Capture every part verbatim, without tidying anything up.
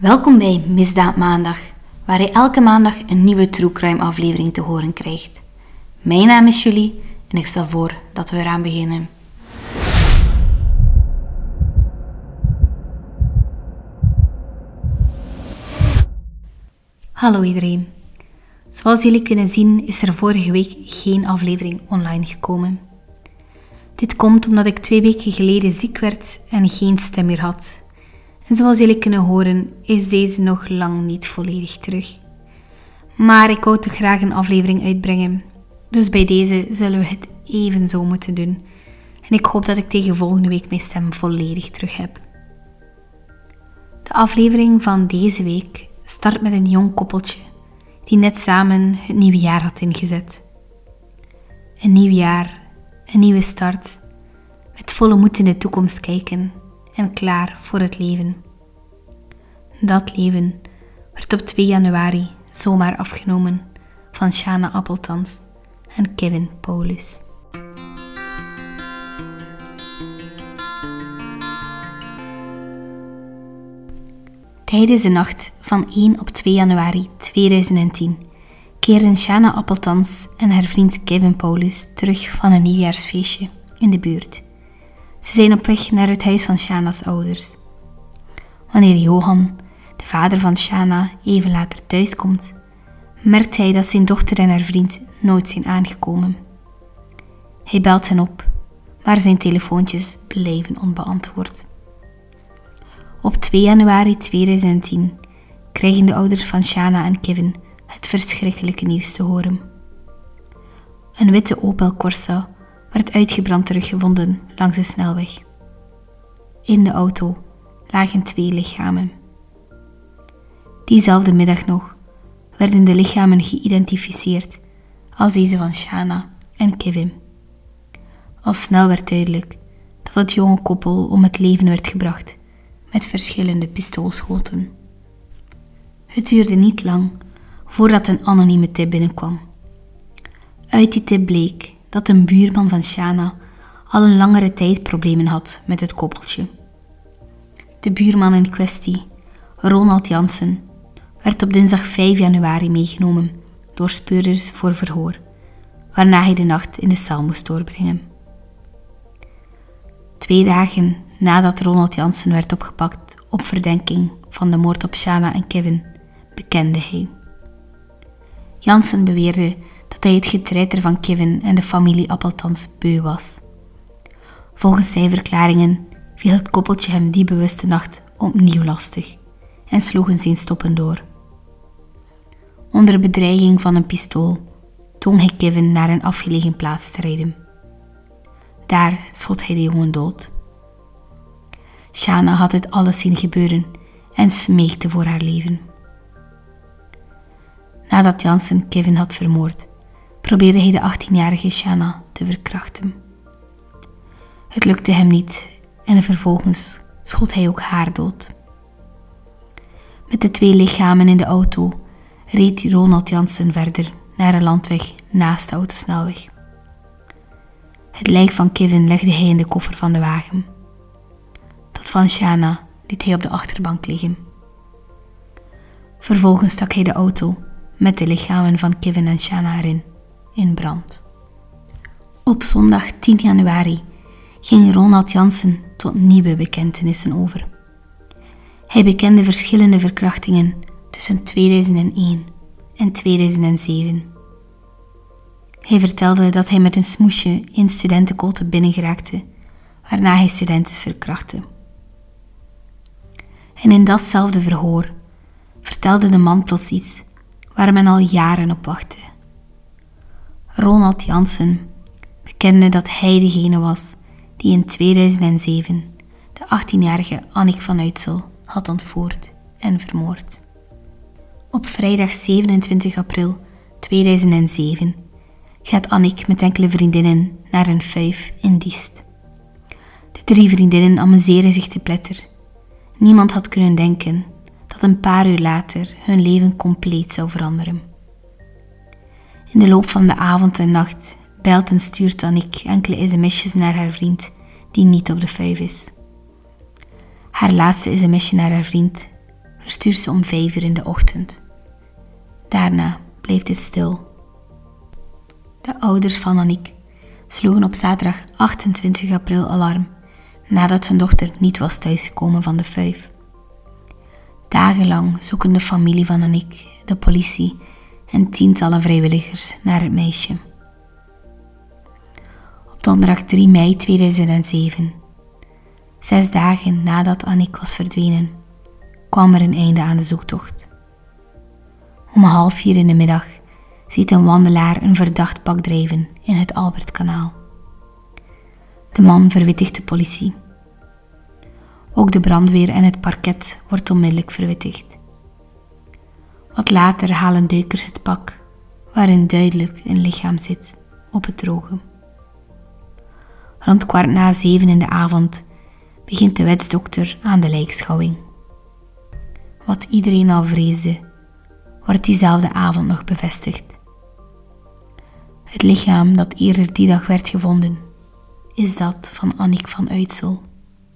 Welkom bij Misdaad Maandag, waar je elke maandag een nieuwe True Crime aflevering te horen krijgt. Mijn naam is Julie en ik stel voor dat we eraan beginnen. Hallo iedereen. Zoals jullie kunnen zien is er vorige week geen aflevering online gekomen. Dit komt omdat ik twee weken geleden ziek werd en geen stem meer had. En zoals jullie kunnen horen is deze nog lang niet volledig terug. Maar ik wou toch graag een aflevering uitbrengen. Dus bij deze zullen we het even zo moeten doen. En ik hoop dat ik tegen volgende week mijn stem volledig terug heb. De aflevering van deze week start met een jong koppeltje die net samen het nieuwe jaar had ingezet. Een nieuw jaar, een nieuwe start, met volle moed in de toekomst kijken en klaar voor het leven. Dat leven werd op twee januari zomaar afgenomen van Shana Appeltans en Kevin Paulus. Tijdens de nacht van één op twee januari tweeduizend tien keerden Shana Appeltans en haar vriend Kevin Paulus terug van een nieuwjaarsfeestje in de buurt. Ze zijn op weg naar het huis van Shana's ouders. Wanneer Johan, de vader van Shana, even later thuiskomt, merkt hij dat zijn dochter en haar vriend nooit zijn aangekomen. Hij belt hen op, maar zijn telefoontjes blijven onbeantwoord. Op twee januari tweeduizend tien krijgen de ouders van Shana en Kevin het verschrikkelijke nieuws te horen. Een witte Opel Corsa werd uitgebrand teruggevonden langs de snelweg. In de auto lagen twee lichamen. Diezelfde middag nog werden de lichamen geïdentificeerd als deze van Shana en Kevin. Al snel werd duidelijk dat het jonge koppel om het leven werd gebracht met verschillende pistoolschoten. Het duurde niet lang voordat een anonieme tip binnenkwam. Uit die tip bleek dat een buurman van Shana al een langere tijd problemen had met het koppeltje. De buurman in kwestie, Ronald Jansen, werd op dinsdag vijf januari meegenomen door speurders voor verhoor, waarna hij de nacht in de cel moest doorbrengen. Twee dagen nadat Ronald Jansen werd opgepakt op verdenking van de moord op Shana en Kevin, bekende hij. Jansen beweerde dat hij het getreiter van Kevin en de familie Appeltans beu was. Volgens zijn verklaringen viel het koppeltje hem die bewuste nacht opnieuw lastig en sloegen zijn stoppen door. Onder bedreiging van een pistool dwong hij Kevin naar een afgelegen plaats te rijden. Daar schoot hij de jongen dood. Shana had het alles zien gebeuren en smeekte voor haar leven. Nadat Jansen Kevin had vermoord, probeerde hij de achttienjarige Shana te verkrachten. Het lukte hem niet en vervolgens schoot hij ook haar dood. Met de twee lichamen in de auto reed Ronald Jansen verder naar een landweg naast de autosnelweg. Het lijk van Kevin legde hij in de koffer van de wagen. Dat van Shana liet hij op de achterbank liggen. Vervolgens stak hij de auto met de lichamen van Kevin en Shana erin in brand. Op zondag tien januari ging Ronald Jansen tot nieuwe bekentenissen over. Hij bekende verschillende verkrachtingen tussen tweeduizend één en tweeduizend zeven. Hij vertelde dat hij met een smoesje in studentenkoten binnengeraakte, waarna hij studenten verkrachtte. En in datzelfde verhoor vertelde de man plots iets waar men al jaren op wachtte. Ronald Jansen bekende dat hij degene was die in tweeduizend zeven de achttienjarige Annick van Uitsel had ontvoerd en vermoord. Op vrijdag zevenentwintig april tweeduizend zeven gaat Annick met enkele vriendinnen naar een fuif in Diest. De drie vriendinnen amuseren zich te pletter. Niemand had kunnen denken dat een paar uur later hun leven compleet zou veranderen. In de loop van de avond en nacht belt en stuurt Annick enkele sms'jes naar haar vriend die niet op de fuif is. Haar laatste sms'je naar haar vriend verstuurt ze om vijf uur in de ochtend. Daarna blijft het stil. De ouders van Aniek sloegen op zaterdag achtentwintig april alarm nadat hun dochter niet was thuisgekomen van de fuif. Dagenlang zoeken de familie van Aniek, de politie en tientallen vrijwilligers naar het meisje. Op donderdag drie mei tweeduizend zeven, zes dagen nadat Aniek was verdwenen, kwam er een einde aan de zoektocht. Om half vier in de middag ziet een wandelaar een verdacht pak drijven in het Albertkanaal. De man verwittigt de politie. Ook de brandweer en het parket wordt onmiddellijk verwittigd. Wat later halen duikers het pak, waarin duidelijk een lichaam zit, op het droge. Rond kwart na zeven in de avond begint de wetsdokter aan de lijkschouwing. Wat iedereen al vreesde, wordt diezelfde avond nog bevestigd. Het lichaam dat eerder die dag werd gevonden, is dat van Aniek van Uytsel.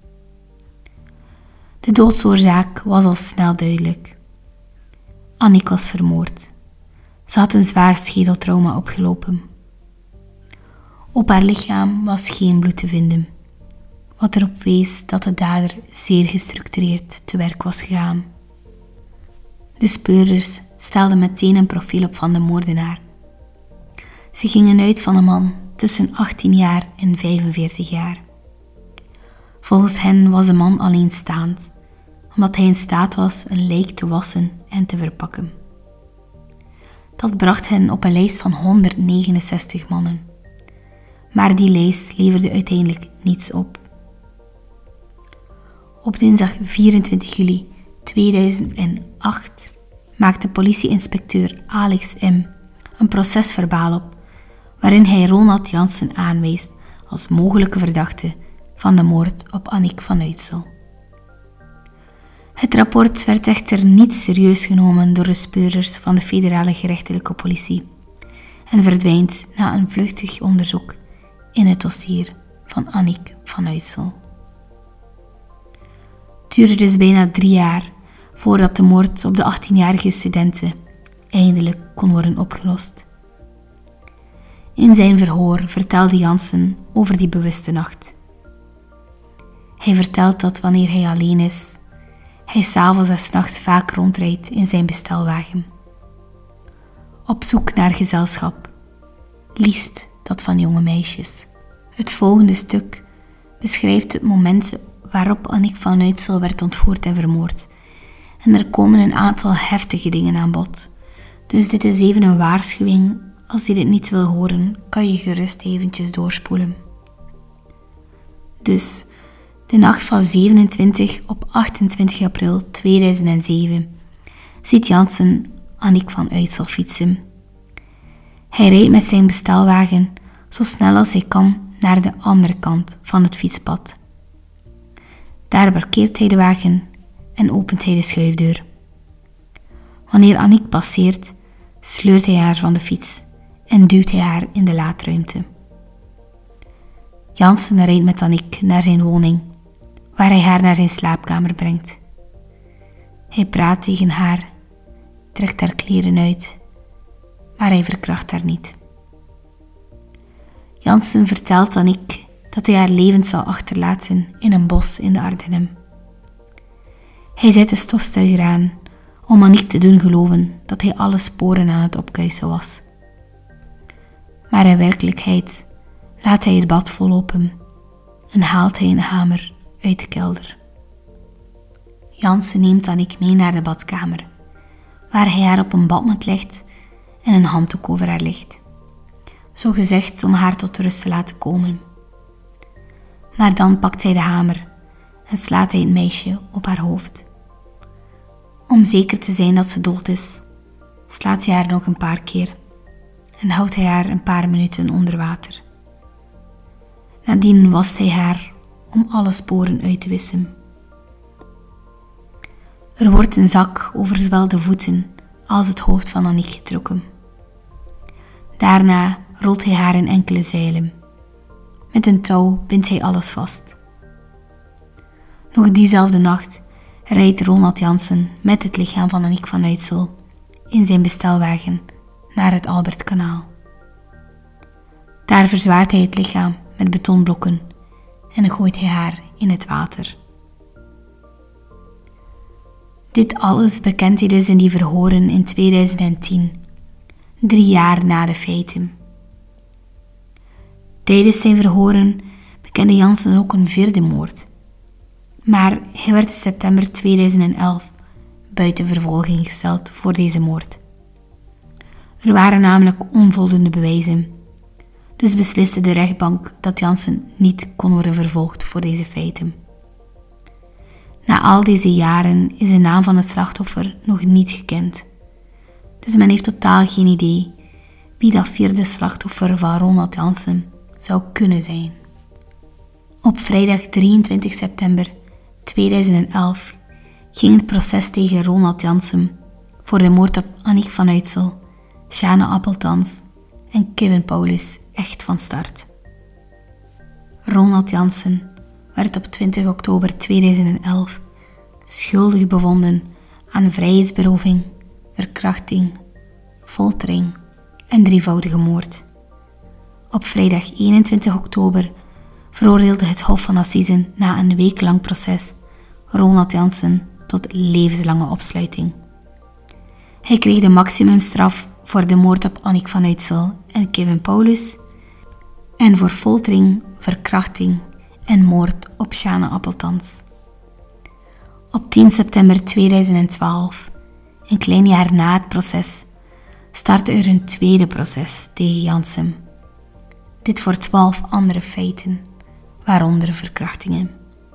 De doodsoorzaak was al snel duidelijk. Aniek was vermoord. Ze had een zwaar schedeltrauma opgelopen. Op haar lichaam was geen bloed te vinden, wat erop wees dat de dader zeer gestructureerd te werk was gegaan. De speurders stelden meteen een profiel op van de moordenaar. Ze gingen uit van een man tussen achttien jaar en vijfenveertig jaar. Volgens hen was de man alleenstaand, omdat hij in staat was een lijk te wassen en te verpakken. Dat bracht hen op een lijst van honderdnegenenzestig mannen. Maar die lijst leverde uiteindelijk niets op. Op dinsdag vierentwintig juli tweeduizend acht maakte politieinspecteur Alex M. een procesverbaal op, waarin hij Ronald Jansen aanwijst als mogelijke verdachte van de moord op Aniek van Uytsel. Het rapport werd echter niet serieus genomen door de speurders van de federale gerechtelijke politie en verdwijnt na een vluchtig onderzoek in het dossier van Aniek van Uytsel. Het duurde dus bijna drie jaar voordat de moord op de achttienjarige studente eindelijk kon worden opgelost. In zijn verhoor vertelde Jansen over die bewuste nacht. Hij vertelt dat wanneer hij alleen is, hij 's avonds en 's nachts vaak rondrijdt in zijn bestelwagen. Op zoek naar gezelschap, liefst dat van jonge meisjes. Het volgende stuk beschrijft het moment waarop Aniek van Uytsel werd ontvoerd en vermoord. En er komen een aantal heftige dingen aan bod. Dus dit is even een waarschuwing. Als je dit niet wil horen, kan je gerust eventjes doorspoelen. Dus, de nacht van zevenentwintig op achtentwintig april tweeduizend zeven ziet Jansen Aniek van Uytsel fietsen. Hij rijdt met zijn bestelwagen zo snel als hij kan naar de andere kant van het fietspad. Daar parkeert hij de wagen en opent hij de schuifdeur. Wanneer Aniek passeert, sleurt hij haar van de fiets en duwt hij haar in de laadruimte. Jansen rijdt met Aniek naar zijn woning, waar hij haar naar zijn slaapkamer brengt. Hij praat tegen haar, trekt haar kleren uit, maar hij verkracht haar niet. Jansen vertelt Aniek dat hij haar levend zal achterlaten in een bos in de Ardennen. Hij zet de stofzuiger aan om Aniek te doen geloven dat hij alle sporen aan het opkuisen was. Maar in werkelijkheid laat hij het bad vollopen en haalt hij een hamer uit de kelder. Jansen neemt Aniek mee naar de badkamer, waar hij haar op een badmat legt en een handdoek over haar legt. Zo gezegd om haar tot rust te laten komen. Maar dan pakt hij de hamer en slaat hij het meisje op haar hoofd. Om zeker te zijn dat ze dood is, slaat hij haar nog een paar keer en houdt hij haar een paar minuten onder water. Nadien wast hij haar om alle sporen uit te wissen. Er wordt een zak over zowel de voeten als het hoofd van Aniek getrokken. Daarna rolt hij haar in enkele zeilen. Met een touw bindt hij alles vast. Nog diezelfde nacht rijdt Ronald Jansen met het lichaam van Aniek van Uytsel in zijn bestelwagen naar het Albertkanaal. Daar verzwaart hij het lichaam met betonblokken en gooit hij haar in het water. Dit alles bekent hij dus in die verhoren in tweeduizend tien, drie jaar na de feiten. Tijdens zijn verhoren bekende Jansen ook een vierde moord. Maar hij werd in september tweeduizend elf buiten vervolging gesteld voor deze moord. Er waren namelijk onvoldoende bewijzen. Dus besliste de rechtbank dat Jansen niet kon worden vervolgd voor deze feiten. Na al deze jaren is de naam van het slachtoffer nog niet gekend. Dus men heeft totaal geen idee wie dat vierde slachtoffer van Ronald Jansen zou kunnen zijn. Op vrijdag drieëntwintig september tweeduizend elf ging het proces tegen Ronald Jansen voor de moord op Aniek van Uytsel, Sjane Appeltans en Kevin Paulus echt van start. Ronald Jansen werd op twintig oktober tweeduizend elf schuldig bevonden aan vrijheidsberoving, verkrachting, foltering en drievoudige moord. Op vrijdag eenentwintig oktober veroordeelde het Hof van Assisen na een weeklang proces Ronald Jansen tot levenslange opsluiting. Hij kreeg de maximumstraf voor de moord op Aniek van Uytsel en Kevin Paulus en voor foltering, verkrachting en moord op Sjane Appeltans. Op tien september tweeduizend twaalf, een klein jaar na het proces, startte er een tweede proces tegen Jansen. Dit voor twaalf andere feiten, waaronder verkrachtingen.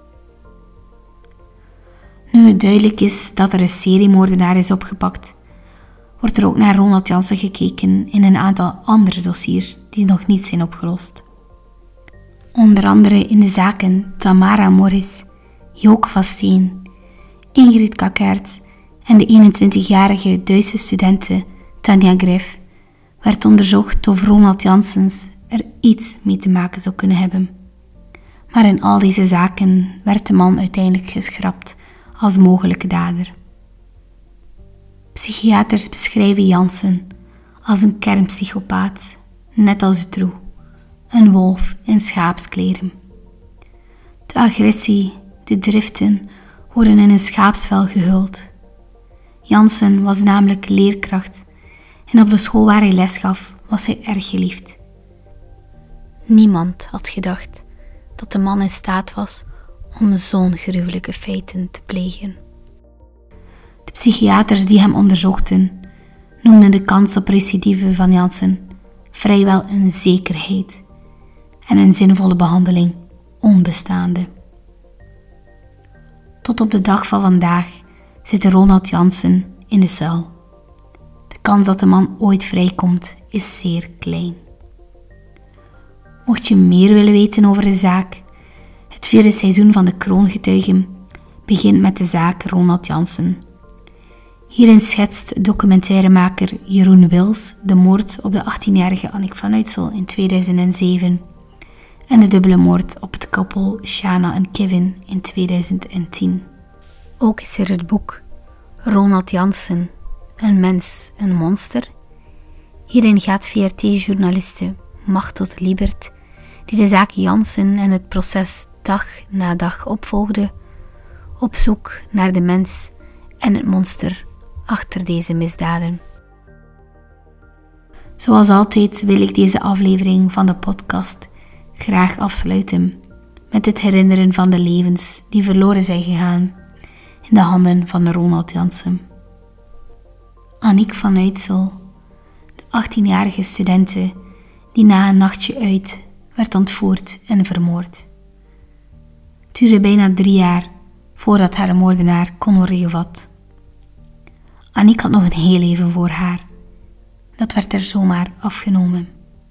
Nu het duidelijk is dat er een seriemoordenaar is opgepakt, wordt er ook naar Ronald Jansen gekeken in een aantal andere dossiers die nog niet zijn opgelost. Onder andere in de zaken Tamara Morris, Joke van Steen, Ingrid Kakkaert en de eenentwintigjarige Duitse studente Tanja Greff werd onderzocht of Ronald Janssens er iets mee te maken zou kunnen hebben. Maar in al deze zaken werd de man uiteindelijk geschrapt als mogelijke dader. Psychiaters beschrijven Jansen als een kernpsychopaat, net als Dutroux, een wolf in schaapskleren. De agressie, de driften worden in een schaapsvel gehuld. Jansen was namelijk leerkracht en op de school waar hij les gaf was hij erg geliefd. Niemand had gedacht dat de man in staat was om zo'n gruwelijke feiten te plegen. De psychiaters die hem onderzochten noemden de kans op recidive van Jansen vrijwel een zekerheid en een zinvolle behandeling onbestaande. Tot op de dag van vandaag zit Ronald Jansen in de cel. De kans dat de man ooit vrijkomt is zeer klein. Mocht je meer willen weten over de zaak, het vierde seizoen van de Kroongetuigen begint met de zaak Ronald Jansen. Hierin schetst documentairemaker Jeroen Wils de moord op de achttienjarige Aniek van Uytsel in tweeduizend zeven en de dubbele moord op het koppel Sjane en Kevin in tweeduizend tien. Ook is er het boek Ronald Jansen, een mens, een monster. Hierin gaat V R T-journaliste Machteld Liebert, die de zaak Jansen en het proces dag na dag opvolgde, op zoek naar de mens en het monster achter deze misdaden. Zoals altijd wil ik deze aflevering van de podcast graag afsluiten met het herinneren van de levens die verloren zijn gegaan in de handen van Ronald Jansen. Aniek van Uytsel, de achttienjarige studente die na een nachtje uit werd ontvoerd en vermoord. Het duurde bijna drie jaar voordat haar moordenaar kon worden gevat. Aniek had nog een heel leven voor haar. Dat werd er zomaar afgenomen.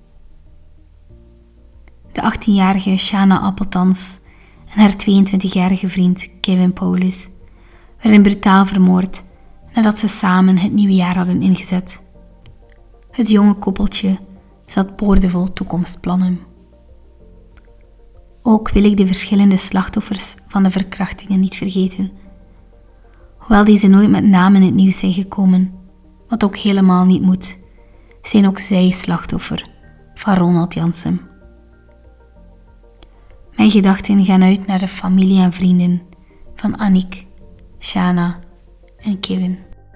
De achttienjarige Sjane Appeltans en haar tweeëntwintigjarige vriend Kevin Paulus werden brutaal vermoord nadat ze samen het nieuwe jaar hadden ingezet. Het jonge koppeltje zat boordevol toekomstplannen. Ook wil ik de verschillende slachtoffers van de verkrachtingen niet vergeten. Hoewel deze nooit met naam in het nieuws zijn gekomen, wat ook helemaal niet moet, zijn ook zij slachtoffer van Ronald Janssem. Mijn gedachten gaan uit naar de familie en vrienden van Annick, Shana en Kevin.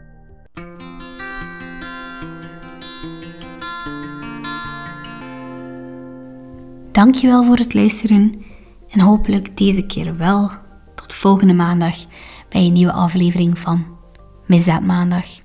Dankjewel voor het luisteren en hopelijk deze keer wel tot volgende maandag bij een nieuwe aflevering van Misdaad Maandag.